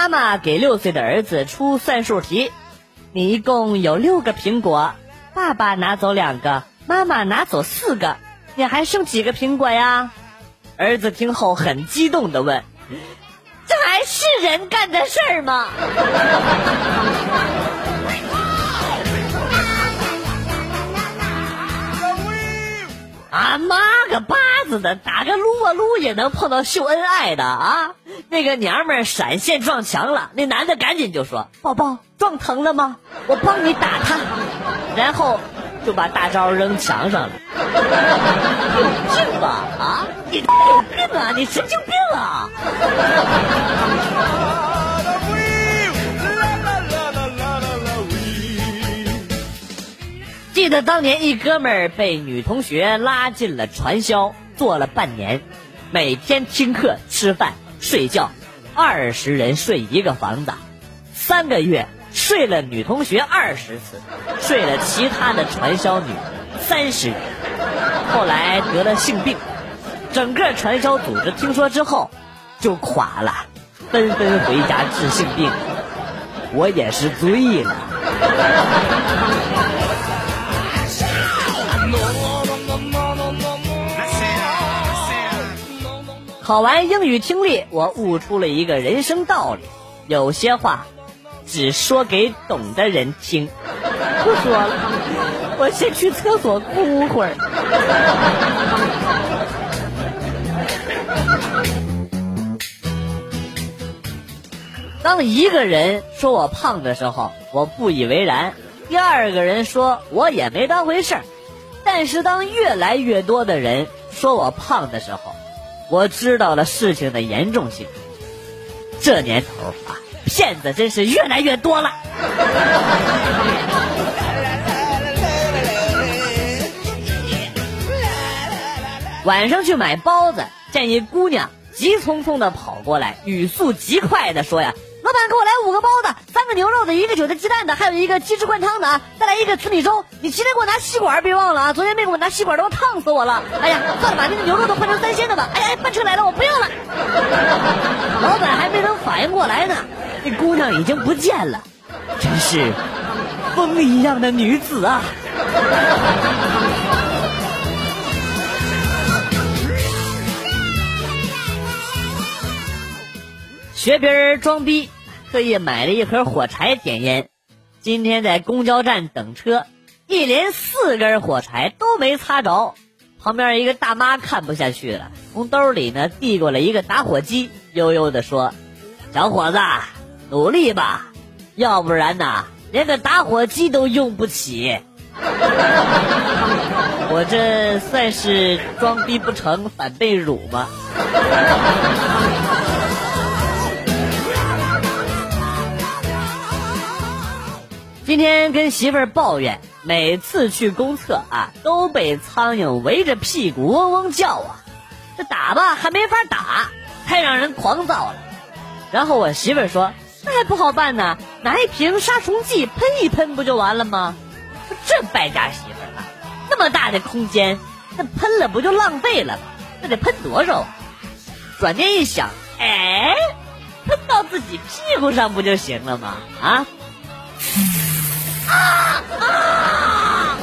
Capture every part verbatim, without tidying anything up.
妈妈给六岁的儿子出算术题，你一共有六个苹果，爸爸拿走两个，妈妈拿走四个，你还剩几个苹果呀？儿子听后很激动地问，这还是人干的事儿吗？啊妈个巴子的，打个撸啊撸也能碰到秀恩爱的啊！那个娘们儿闪现撞墙了，那男的赶紧就说，宝宝撞疼了吗？我帮你打他，然后就把大招扔墙上了。有病吧啊！你有病啊！你神经病啊！记得当年一哥们儿被女同学拉进了传销，做了半年，每天听课、吃饭、睡觉，二十人睡一个房子，三个月睡了女同学二十次，睡了其他的传销女三十人。后来得了性病，整个传销组织听说之后就垮了，纷纷回家治性病。我也是醉了。考完英语听力，我悟出了一个人生道理，有些话只说给懂的人听。不说了，我先去厕所哭会儿。当一个人说我胖的时候，我不以为然，第二个人说我也没当回事儿。但是当越来越多的人说我胖的时候，我知道了事情的严重性。这年头啊，骗子真是越来越多了。晚上去买包子，见一姑娘急匆匆的跑过来，语速极快的说呀，老板给我来五个包子，三个牛肉的，一个韭菜鸡蛋的，还有一个鸡翅灌汤的啊，再来一个紫米粥。你今天给我拿吸管别忘了啊，昨天没给我拿吸管都烫死我了。哎呀，算了吧，那个牛肉都换成三鲜的吧。哎呀，饭车来了，我不要了。老板还没能反应过来呢，那姑娘已经不见了。真是风一样的女子啊。学别人装逼，特意买了一盒火柴点烟。今天在公交站等车，一连四根火柴都没擦着。旁边一个大妈看不下去了，从兜里呢递过来一个打火机，悠悠地说，小伙子努力吧，要不然呐连个打火机都用不起。我这算是装逼不成反被辱吗？今天跟媳妇儿抱怨，每次去公厕啊都被苍蝇围着屁股嗡嗡叫啊，这打吧还没法打，太让人狂躁了。然后我媳妇儿说，那还不好办呢，拿一瓶杀虫剂喷一喷不就完了吗？这败家媳妇儿啊，那么大的空间，那喷了不就浪费了吗？那得喷多少啊？转念一想，哎，喷到自己屁股上不就行了吗？啊啊啊！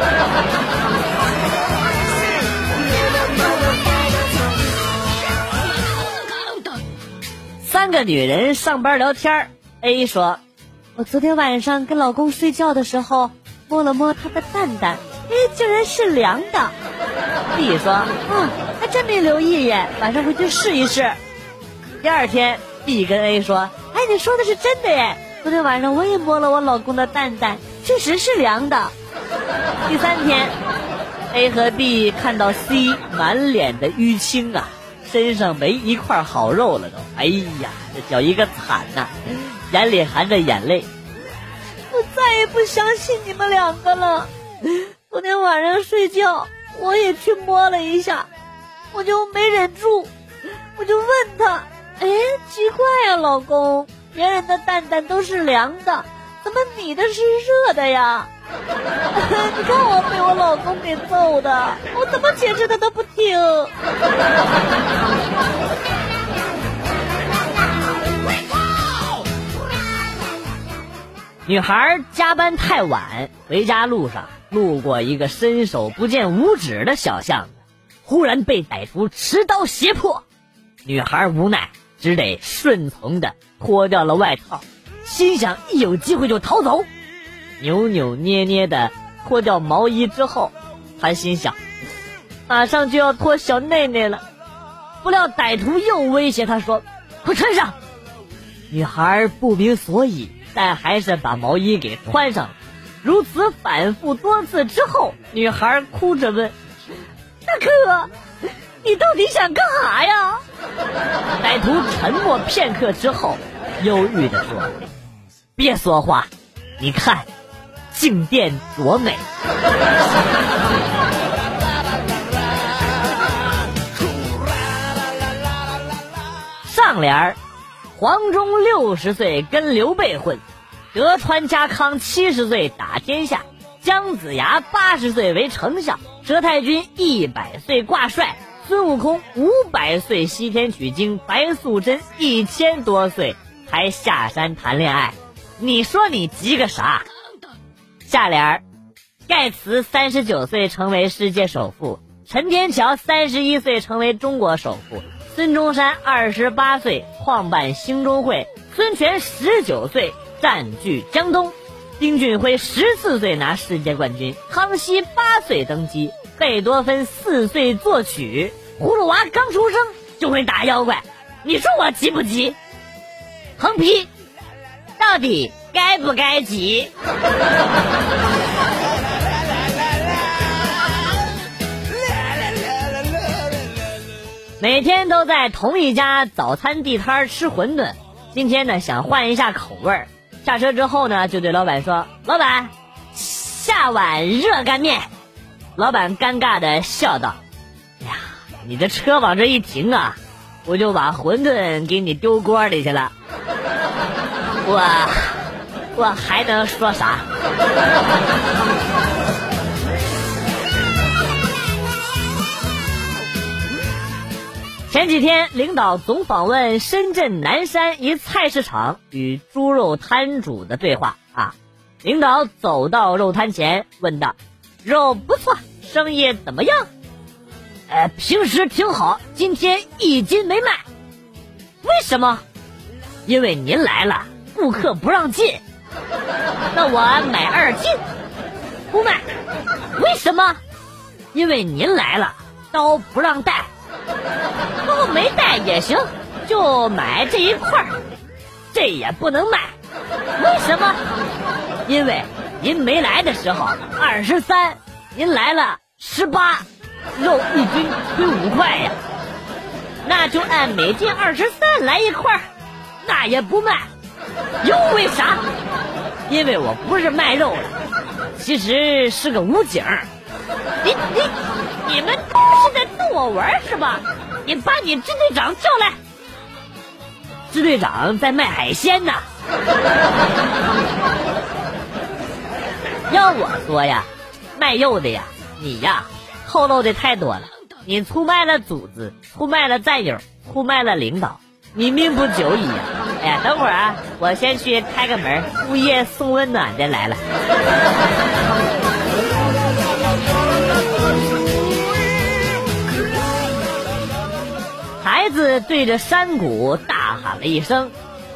三个女人上班聊天 ，A 说，我昨天晚上跟老公睡觉的时候摸了摸他的蛋蛋，哎，竟然是凉的。B 说，啊，还真没留意耶，晚上回去试一试。第二天 B 跟 A 说，哎，你说的是真的耶，昨天晚上我也摸了我老公的蛋蛋，确实是凉的。第三天 A 和 B 看到 C 满脸的淤青啊，身上没一块好肉了都，哎呀，这叫一个惨呐、啊，眼里含着眼泪。我再也不相信你们两个了。昨天晚上睡觉我也去摸了一下，我就没忍住，我就问他，哎，奇怪呀、啊、老公，别人的蛋蛋都是凉的，怎么你的是热的呀？你看我被我老公给揍的，我怎么解释他都不听。 女孩加班太晚，回家路上路过一个伸手不见五指的小巷子，忽然被歹徒持刀胁迫。女孩无奈，只得顺从的脱掉了外套，心想一有机会就逃走。扭扭捏捏的脱掉毛衣之后，她心想马上就要脱小内内了。不料歹徒又威胁她说，快穿上。女孩不明所以，但还是把毛衣给穿上了。如此反复多次之后，女孩哭着问，大哥，你到底想干啥呀？歹徒沉默片刻之后，忧郁地说，别说话，你看静电多美。上联，黄忠六十岁跟刘备混，德川家康七十岁打天下，姜子牙八十岁为丞相，佘太君一百岁挂帅，孙悟空五百岁西天取经，白素贞一千多岁还下山谈恋爱。你说你急个啥？下联，盖茨三十九岁成为世界首富，陈天桥三十一岁成为中国首富，孙中山二十八岁创办兴中会，孙权十九岁占据江东，丁俊晖十四岁拿世界冠军，康熙八岁登基，贝多芬四岁作曲，葫芦娃刚出生就会打妖怪。你说我急不急？横批，到底该不该急？每天都在同一家早餐地摊吃馄饨，今天呢想换一下口味儿。下车之后呢，就对老板说，老板，下碗热干面。老板尴尬的笑道，哎呀，你这车往这一停啊，我就把馄饨给你丢锅里去了。我我还能说啥？前几天领导总访问深圳南山一菜市场与猪肉摊主的对话啊，领导走到肉摊前问道，肉不错，生意怎么样？呃，平时挺好，今天一斤没卖。为什么？因为您来了，顾客不让进。那我买二斤。不卖。为什么？因为您来了，刀不让带。刀没带也行，就买这一块，这也不能卖。为什么？因为您没来的时候二十三，您来了十八，肉一斤亏五块呀。那就按每斤二十三来一块，那也不卖。又为啥？因为我不是卖肉的，其实是个武警。你你你们是在逗我玩是吧？你把你支队长叫来。支队长在卖海鲜呢。要我说呀，卖肉的呀，你呀透露的太多了。你出卖了组织，出卖了战友，出卖了领导，你命不久矣呀！哎呀，等会儿啊，我先去开个门，物业送温暖的来了。孩子对着山谷大喊了一声：“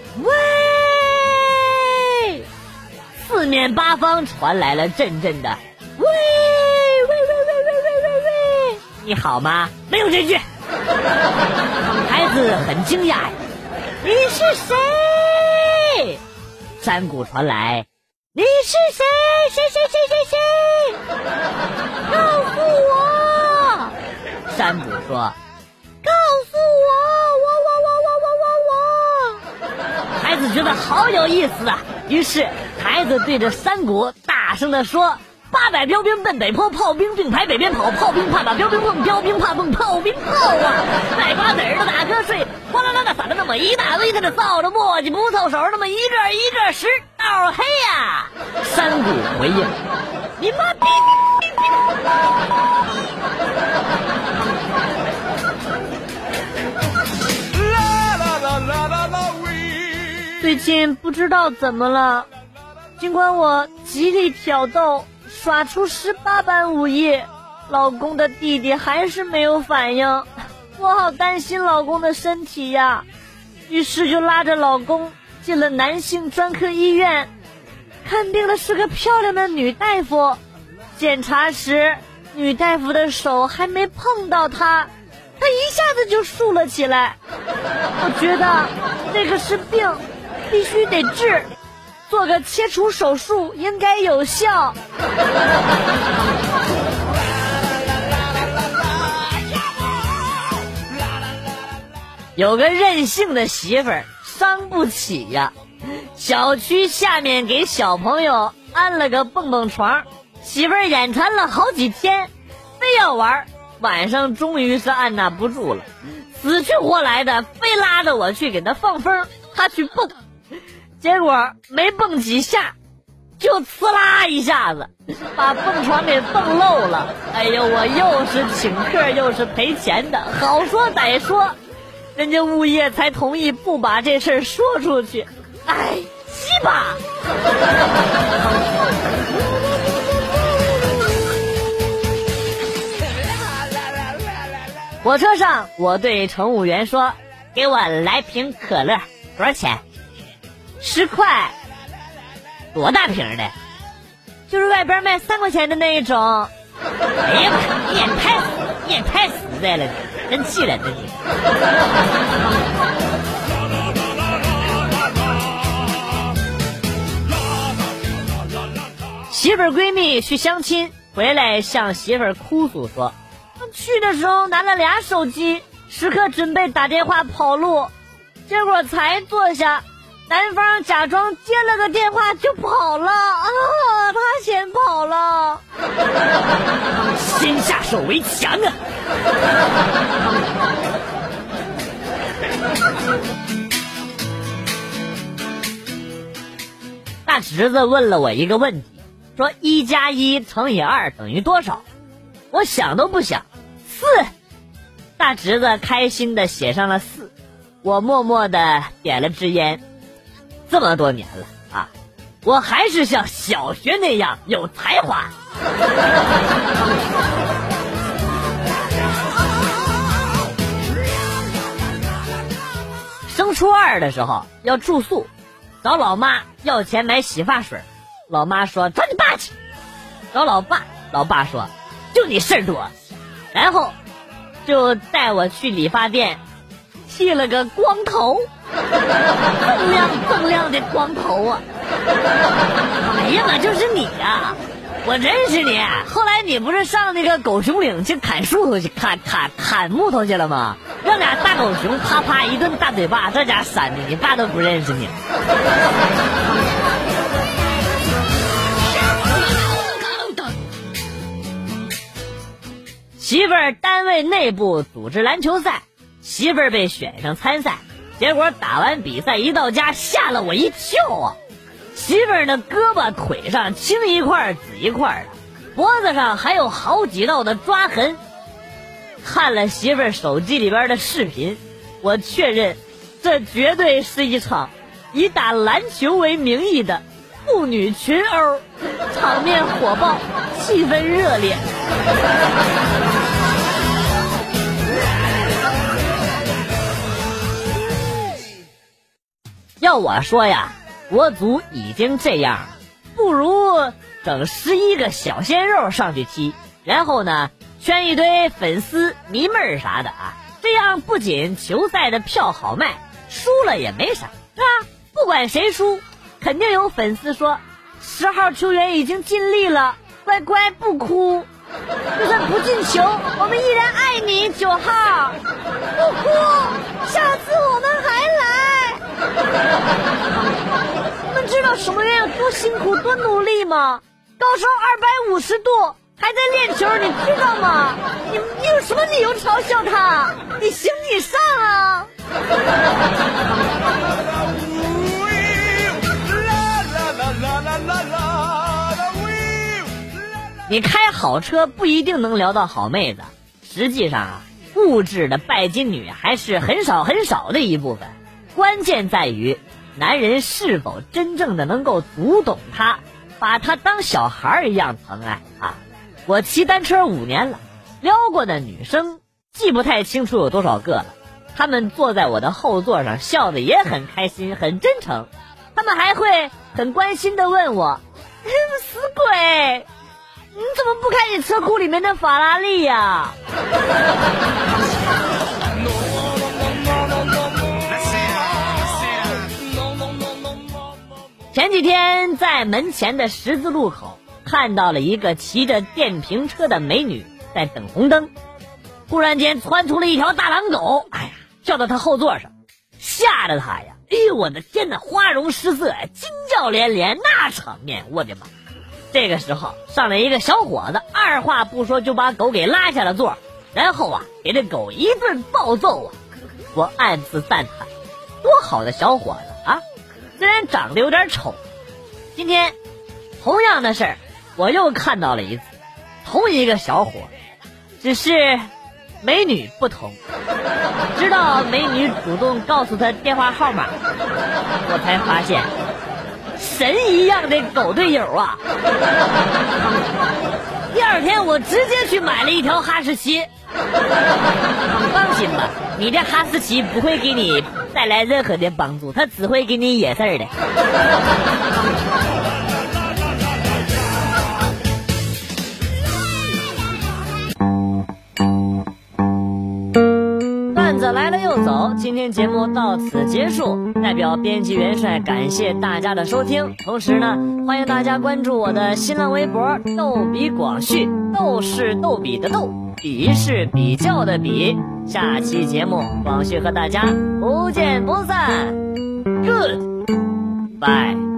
喂！”四面八方传来了阵阵的“喂喂喂喂喂喂喂喂！”你好吗？没有这句。孩子很惊讶呀，你是谁？山谷传来，你是谁？谁谁谁谁谁？告诉我！山谷说，告诉我，我我我我我我我！孩子觉得好有意思啊，于是孩子对着山谷大声地说。八百标兵奔北坡，炮兵并排北边跑，炮兵怕把标兵碰，标兵怕碰炮兵炮啊！卖瓜子儿的打瞌睡，哗啦啦的撒了那么一大堆，他的扫帚簸箕不凑手，那么一阵一阵十道黑呀、啊！山谷回应：“你妈逼！”最近不知道怎么了。 尽管我极力挑逗，耍出十八般武艺，老公的弟弟还是没有反应，我好担心老公的身体呀，于是就拉着老公进了男性专科医院。看病的是个漂亮的女大夫，检查时女大夫的手还没碰到她，她一下子就竖了起来。我觉得这个是病，必须得治，做个切除手术应该有效。有个任性的媳妇儿伤不起呀，小区下面给小朋友安了个蹦蹦床，媳妇儿眼馋了好几天，非要玩，晚上终于是按捺不住了，死去活来的非拉着我去给他放风，他去蹦，结果没蹦几下就呲啦一下子把蹦床给蹦漏了。哎呦，我又是请客又是赔钱的，好说歹说人家物业才同意不把这事儿说出去。哎，鸡巴！火车上，我对乘务员说：“给我来瓶可乐，多少钱？”十块。多大瓶的？就是外边卖三块钱的那一种。哎呀妈，你也太你也太实在了，真气人的你。媳妇儿闺蜜去相亲回来，向媳妇儿哭诉说，去的时候拿了俩手机，时刻准备打电话跑路，结果才坐下，男方假装接了个电话就跑了啊！他先跑了， 先下手为强啊！ 大侄子问了我一个问题，说一加一乘以二等于多少？我想都不想，四。大侄子开心的写上了四，我默默的点了支烟。这么多年了啊，我还是像小学那样有才华。升初二的时候要住宿，找老妈要钱买洗发水，老妈说找你爸去。找老爸，老爸说就你事儿多，然后就带我去理发店剃了个光头，锃亮锃亮的光头啊！哎呀妈，就是你呀、啊！我认识你，后来你不是上那个狗熊岭去砍树头去砍砍砍木头去了吗？让俩大狗熊啪啪一顿大嘴巴，这家闪的你爸都不认识你。媳妇儿单位内部组织篮球赛，媳妇儿被选上参赛，结果打完比赛一到家吓了我一跳啊！媳妇儿的胳膊腿上青一块紫一块的，脖子上还有好几道的抓痕。看了媳妇儿手机里边的视频，我确认这绝对是一场以打篮球为名义的妇女群殴，场面火爆，气氛热烈。要我说呀，国足已经这样了，不如整十一个小鲜肉上去踢，然后呢圈一堆粉丝迷妹儿啥的啊，这样不仅球赛的票好卖，输了也没啥，是吧？不管谁输，肯定有粉丝说十号球员已经尽力了，乖乖不哭，就算不进球，我们依然爱你，九号不哭，下次我们还来。你们知道守门员有多辛苦多努力吗？高烧二百五十度还在练球，你知道吗？你你有什么理由嘲笑他？你行你上啊！你开好车不一定能聊到好妹子，实际上啊，物质的拜金女还是很少很少的一部分。关键在于男人是否真正的能够读懂她，把她当小孩一样疼爱啊！我骑单车五年了，撩过的女生记不太清楚有多少个了。她们坐在我的后座上，笑得也很开心，很真诚。她们还会很关心地问我：“死鬼，你怎么不开你车库里面的法拉利呀？”前几天在门前的十字路口看到了一个骑着电瓶车的美女在等红灯，忽然间窜出了一条大狼狗，哎呀，跳到她后座上，吓得她呀，哎呦我的天哪，花容失色，惊叫连连，那场面我的妈！这个时候上来一个小伙子，二话不说就把狗给拉下了座，然后啊给这狗一顿暴揍啊！我暗自赞叹，多好的小伙子啊！虽然长得有点丑。今天同样的事儿我又看到了一次，同一个小伙，只是美女不同。直到美女主动告诉他电话号码，我才发现神一样的狗队友啊！第二天我直接去买了一条哈士奇。放心吧，你的哈士奇不会给你带来任何的帮助，它只会给你惹事儿的。段子来了又走，今天节目到此结束，代表编辑元帅感谢大家的收听，同时呢，欢迎大家关注我的新浪微博逗比广旭，逗是逗比的逗，比是比较的比。下期节目广旭和大家不见不散。 Goodbye。